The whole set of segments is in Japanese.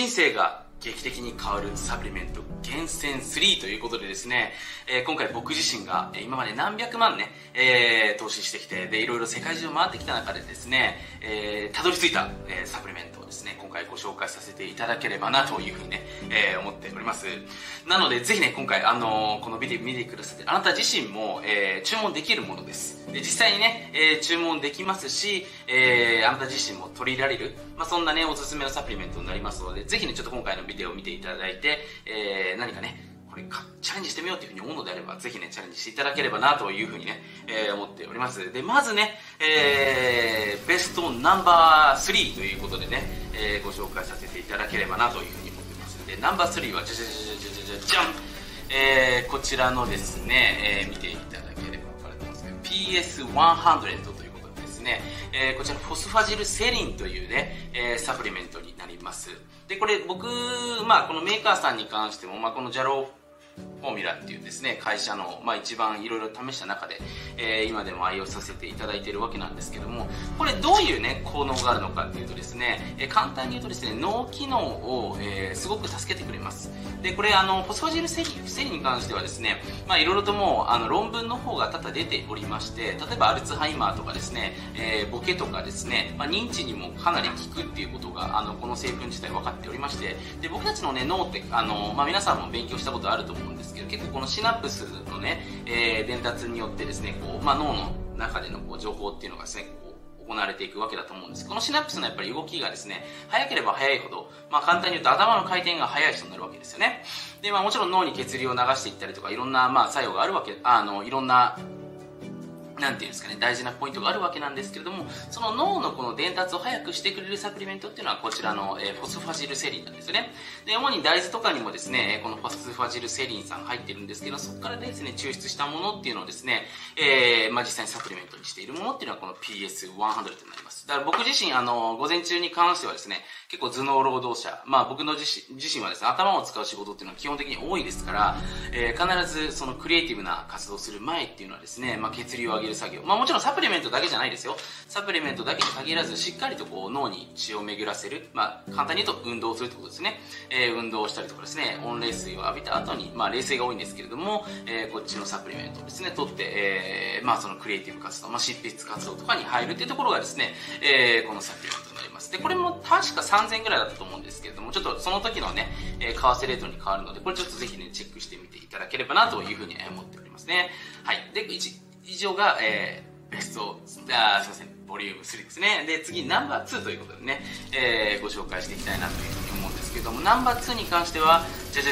人生が劇的に変わるサプリメント厳選3ということでですね、今回僕自身が今まで何百万ね、投資してきて、で、いろいろ世界中を回ってきた中でですね、たどり着いた、サプリメントをですね、今回ご紹介させていただければなというふうにね、思っております。なので、ぜひね、今回、このビデオ見てくださって、あなた自身も、注文できるものです。で、実際にね、注文できますし、あなた自身も取り入れられる、そんなね、おすすめのサプリメントになりますので、ぜひね、ちょっと今回のビデオを見ていただいて、何かね、これチャレンジしてみようというふうに思うのであれば、ぜひね、チャレンジしていただければなというふうにね、思っております。で、まずね、ベストナンバー3ということでね、ご紹介させていただければなというふうに思っています。で、ナンバー3は、じゃん、こちらのですね、見ていただければ分かると思うんですけど、PS100 ということでですね、こちらのフォスファジルセリンというね、サプリメントになります。で、これ僕、このメーカーさんに関しても、このジャローフォーミュラっていうですね、会社の、一番いろいろ試した中で、今でも愛用させていただいているわけなんですけども、これどういうね、効能があるのかっていうとですね、簡単に言うとですね、脳機能を、すごく助けてくれます。で、これフォスファジルセリンに関してはですね、いろいろともう、論文の方が多々出ておりまして、例えばアルツハイマーとかですね、ボケとかですね、認知にもかなり効くっていうことが、この成分自体分かっておりまして、で、僕たちのね、脳って、皆さんも勉強したことあると思うんですけど、結構このシナプスのね、伝達によってですね、こう、脳の中でのこう情報っていうのがですね、こう行われていくわけだと思うんです。このシナプスのやっぱり動きがですね、早ければ早いほど、簡単に言うと頭の回転が速い人になるわけですよね。で、もちろん脳に血流を流していったりとか、いろんな作用があるわけ、いろんななんていうんですかね、大事なポイントがあるわけなんですけれども、その脳のこの伝達を早くしてくれるサプリメントっていうのはこちらの、フォスファジルセリンなんですよね。で、主に大豆とかにもですね、このフォスファジルセリンさん入ってるんですけど、そこからですね、抽出したものっていうのをですね、実際にサプリメントにしているものっていうのはこの PS100 となります。だから僕自身、午前中に関してはですね、結構頭脳労働者、僕の自身はですね、頭を使う仕事っていうのは基本的に多いですから、必ずそのクリエイティブな活動をする前っていうのはですね、血流を上げる作業。もちろんサプリメントだけじゃないですよ。サプリメントだけに限らず、しっかりとこう脳に血を巡らせる。簡単に言うと運動をするってことですね。運動をしたりとかですね、温冷水を浴びた後に、冷水が多いんですけれども、こっちのサプリメントをですね、取って、そのクリエイティブ活動、執筆活動とかに入るっていうところがですね、このサプリメントになります。で、これも確か3000円ぐらいだったと思うんですけれども、ちょっとその時のね、為替レートに変わるので、これちょっとぜひね、チェックしてみていただければなというふうに思っておりますね。はい。で、以上が、ベスト、すいません、ボリューム3ですね。で、次、ナンバー2ということでね、ご紹介していきたいなというふうに思うんですけれども、ナンバー2に関しては、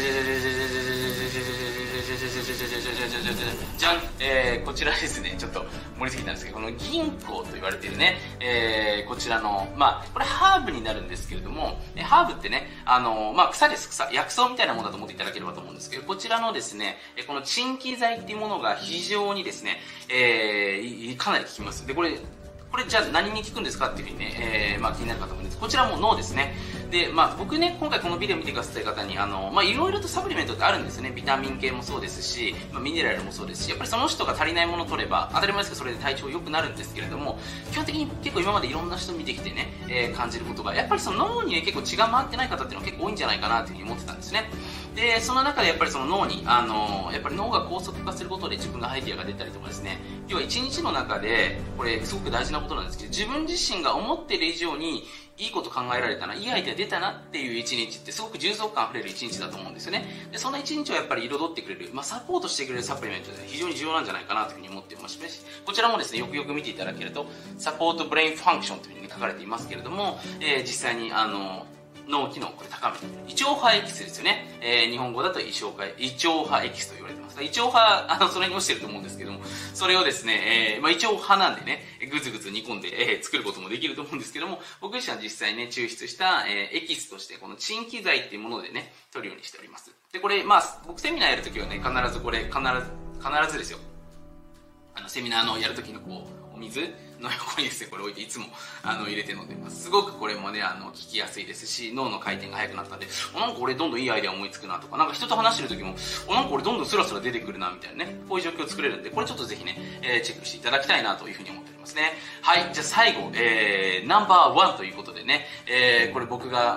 じゃん、こちらですね、ちょっと盛りすぎたんですけど、この銀行と言われているね、こちらの、これハーブになるんですけれども、ハーブってね、草です、草。薬草みたいなものだと思っていただければと思うんですけど、こちらのですね、この鎮気剤っていうものが非常にですね、かなり効きます。で、これじゃあ何に効くんですかっていうふうにね、気になる方もいるんです。こちらも脳ですね。で、僕ね、今回このビデオ見てくださった方に、いろいろとサプリメントってあるんですよね。ビタミン系もそうですし、ミネラルもそうですし、やっぱりその人が足りないものを取れば、当たり前ですけど、それで体調良くなるんですけれども、基本的に結構今までいろんな人見てきてね、感じることが、やっぱりその脳にね、結構血が回ってない方っていうのは結構多いんじゃないかなというふうに思ってたんですね。で、その中でやっぱりその脳に、やっぱり脳が高速化することで自分がアイディアが出たりとかですね、要は一日の中で、これすごく大事なことなんですけど、自分自身が思っている以上にいいこと考えられたな、いいアイデア出たなっていう一日ってすごく充足感あふれる一日だと思うんですよね。で、そんな一日をやっぱり彩ってくれる、サポートしてくれるサプリメントで非常に重要なんじゃないかなというふうに思っていますし、こちらもですね、よくよく見ていただけると、サポートブレインファンクションというふうに書かれていますけれども、実際に脳機能をこれ高めてくれる。胃腸派エキスですよね。日本語だと胃腸派エキスと言われてます。胃腸派、それに落ちてると思うんですけども、それをですね、胃腸派なんでね、ぐつぐつ煮込んで、作ることもできると思うんですけども、僕自身は実際ね、抽出した、エキスとして、この鎮気剤っていうものでね、取るようにしております。で、これ、僕セミナーやるときはね、必ずですよ。セミナーのやるときのお水の横にですね、これ置いていつも入れて飲んでます。すごくこれもね、効きやすいですし、脳の回転が速くなったんで、なんか俺どんどんいいアイデア思いつくなとか、なんか人と話してる時も、なんか俺どんどんスラスラ出てくるなみたいなね、こういう状況を作れるんで、これちょっとぜひね、チェックしていただきたいなというふうに思っておりますね。はい、じゃあ最後、ナンバー1ということでね、これ僕が、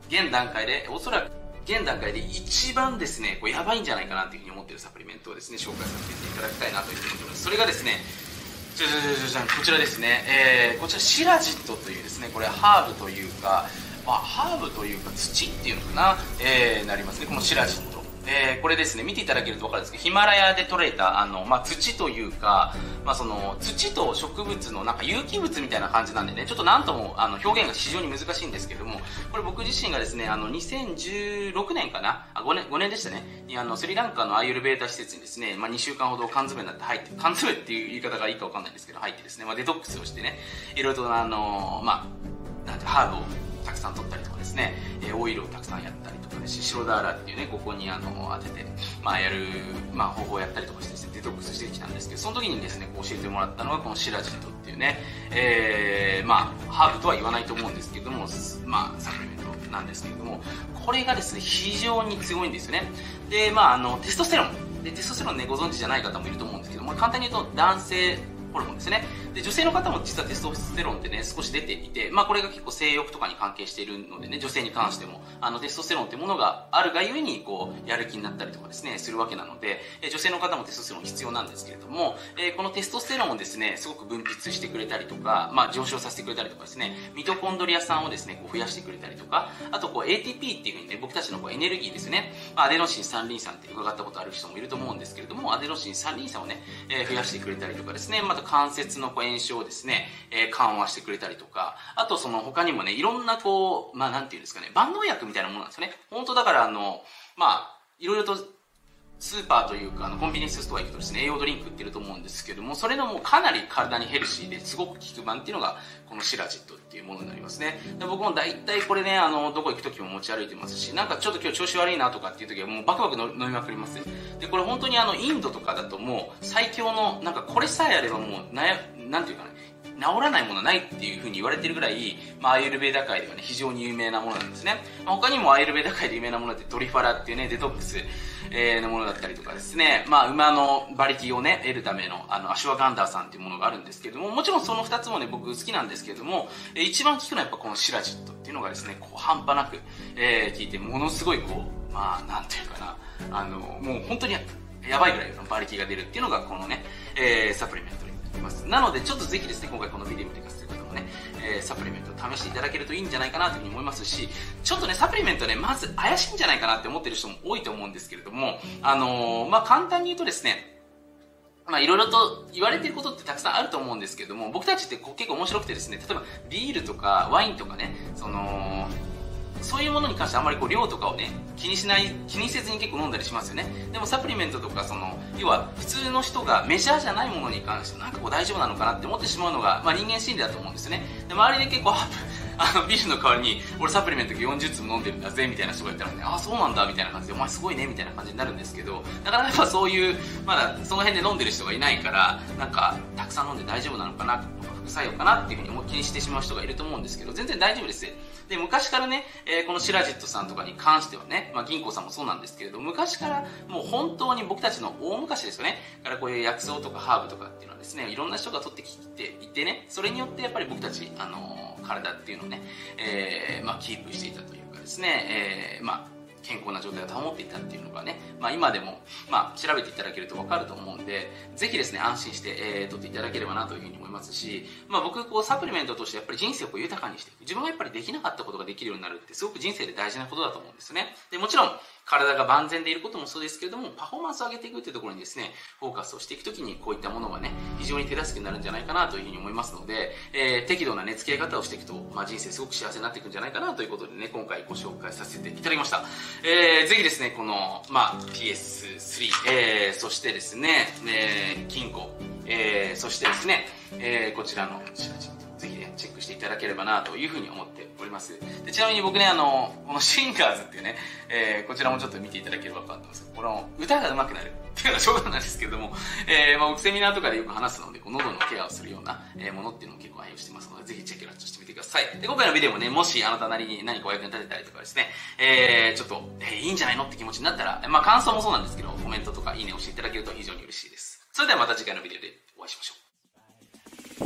現段階で、おそらく現段階で一番ですね、こうやばいんじゃないかなというふうに思っているサプリメントをですね、紹介させていただきたいなというふうに思っております。それがですね、こちらですね、こちらシラジットというですね、これハーブというか、ハーブというか土っていうのかな、なりますね、このシラジット。これですね、見ていただけると分かるんですけど、ヒマラヤで採れた、土というか、その、土と植物のなんか有機物みたいな感じなんでね、ちょっとなんとも、表現が非常に難しいんですけれども、これ僕自身がですね、2016年かな、5年でしたね、にスリランカのアーユルベーダ施設にですね、2週間ほど缶詰になって入って、缶詰っていう言い方がいいか分かんないんですけど、入ってですね、デトックスをしてね、いろいろとなんてハーブをたくさん取ったりとかですね、オイルをたくさんやったりとかですし、白ダーラっていうね、ここに当てて、やる、方法をやったりとかしてですね、デトックスしてきたんですけど、その時にですね、教えてもらったのがこのシラジットっていうね、ハーブとは言わないと思うんですけども、サプリメントなんですけれども、これがですね、非常に強いんですよね。で、テストステロン。で、テストステロンね、ご存知じゃない方もいると思うんですけども、簡単に言うと男性ホルモンですね。で、女性の方も実はテストステロンってね、少し出ていて、これが結構性欲とかに関係しているのでね、女性に関しても、テストステロンっていうものがあるがゆえに、こう、やる気になったりとかですね、するわけなので、女性の方もテストステロン必要なんですけれども、このテストステロンをですね、すごく分泌してくれたりとか、上昇させてくれたりとかですね、ミトコンドリア酸をですね、こう増やしてくれたりとか、あとこう ATP っていうふうにね、僕たちのこうエネルギーですね、アデノシン三リン酸って伺ったことある人もいると思うんですけれども、アデノシン三リン酸をね、増やしてくれたりとかですね、また関節のこう炎症をですね、緩和してくれたりとか、あとその他にもね、いろんなこう、なんていうんですかね、万能薬みたいなものなんですよね。本当だからいろいろとスーパーというかコンビニエンスストア行くとですね、栄養ドリンク売ってると思うんですけども、それのもうかなり体にヘルシーですごく効く版っていうのがこのシラジットっていうものになりますね。で、僕も大体これね、どこ行く時も持ち歩いてますし、なんかちょっと今日調子悪いなとかっていう時はもうバクバク飲みまくります。で、これ本当にインドとかだともう最強の、なんかこれさえあればもうなんていうかね、治らないものはないっていう風に言われてるぐらい、アーユルベーダ界ではね、非常に有名なものなんですね。他にもアーユルベーダ界で有名なものってトリファラっていうね、デトックスのものだったりとかですね、馬の馬力をね、得るための、アシュワガンダーさんっていうものがあるんですけれども、もちろんその2つもね、僕好きなんですけれども、一番効くのはやっぱこのシラジットっていうのがですね、こう半端なく、効いて、ものすごいこう、なんていうかな、もう本当にやばいぐらいの馬力が出るっていうのがこのね、サプリメントになります。なので、ちょっとぜひですね、今回このビデオを見てくださる方もね、サプリメントを試していただけるといいんじゃないかなというふうに思いますし、ちょっとね、サプリメントね、まず怪しいんじゃないかなって思ってる人も多いと思うんですけれども、簡単に言うとですね、いろいろと言われていることってたくさんあると思うんですけれども、僕たちって結構面白くてですね、例えばビールとかワインとかね、そういうものに関してあんまりこう量とかをね、気にせずに結構飲んだりしますよね。でもサプリメントとか要は普通の人がメジャーじゃないものに関してなんかこう大丈夫なのかなって思ってしまうのが、人間心理だと思うんですよね。で、周りで結構ビールの代わりに俺サプリメント40粒飲んでるんだぜみたいな人がいたらね、そうなんだみたいな感じで、お前すごいねみたいな感じになるんですけど、なかなかやっぱそういうまだその辺で飲んでる人がいないから、なんかたくさん飲んで大丈夫なのかなとか副作用かなっていうふうに気にしてしまう人がいると思うんですけど、全然大丈夫です。で、昔からね、このシラジットさんとかに関してはね、銀行さんもそうなんですけれど、昔からもう本当に僕たちの大昔ですよね、からこういう薬草とかハーブとかっていうのはですね、いろんな人が取ってきていてね、それによってやっぱり僕たち体っていうのをね、キープしていたというかですね、健康な状態を保っていたっていうのがね、今でも、調べていただけると分かると思うんで、ぜひですね、安心して、取っていただければなというふうに思いますし、僕、サプリメントとしてやっぱり人生を豊かにしていく。自分がやっぱりできなかったことができるようになるって、すごく人生で大事なことだと思うんですね。で、もちろん、体が万全でいることもそうですけれども、パフォーマンスを上げていくというところにですね、フォーカスをしていくときにこういったものがね、非常に手助けになるんじゃないかなというふうに思いますので、適度なね、付き合い方をしていくと、人生すごく幸せになっていくんじゃないかなということでね、今回ご紹介させていただきました。ぜひですね、この、PS3、そしてですね、金庫、そしてですね、こちらのぜひね、チェックしていただければなというふうに思っております。で、ちなみに僕ね、このシンガーズっていうね、こちらもちょっと見ていただければ分かると思うんですけど、この歌が上手くなるっていうのは冗談なんですけれども、僕セミナーとかでよく話すので、こう喉のケアをするようなものっていうのを結構愛用してますので、ぜひチェックラッチしてみてください。で、今回のビデオもね、もしあなたなりに何かお役に立てたりとかですね、ちょっと、いいんじゃないのって気持ちになったら、感想もそうなんですけど、コメントとかいいねをしていただけると非常に嬉しいです。それではまた次回のビデオでお会いしましょう。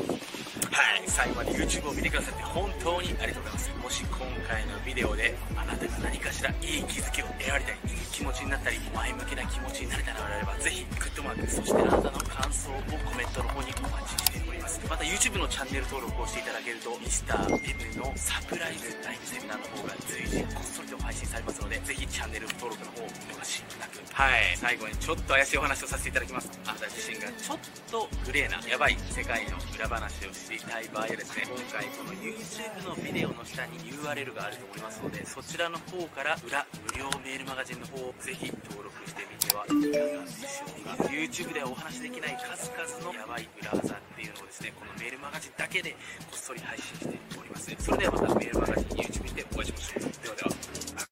はい、最後まで YouTube を見てくださって本当にありがとうございます。もし今回のビデオであなしらいい気づきを得られたり、いい気持ちになったり、前向きな気持ちになれたのであれば、ぜひグッドマーク、そしてあなたの感想をコメントの方にお待ちしております。また YouTube のチャンネル登録をしていただけると、ミスタービブのサプライズライブセミナーの方が随時こっそりと配信されますので、ぜひチャンネル登録の方をお逃しなく。はい、最後にちょっと怪しいお話をさせていただきます。あなた自身がちょっとグレーなやばい世界の裏話を知りたい場合はですね、今回この YouTube のビデオの下に URL があると思いますので、そちらの方から裏無料メールマガジンの方をぜひ登録してみてはいかがでしょうか。 YouTube ではお話しできない数々のやばい裏技っていうのをですね、このメールマガジンだけでこっそり配信しております。それではまたメールマガジン YouTube でお会いしましょう。ではでは。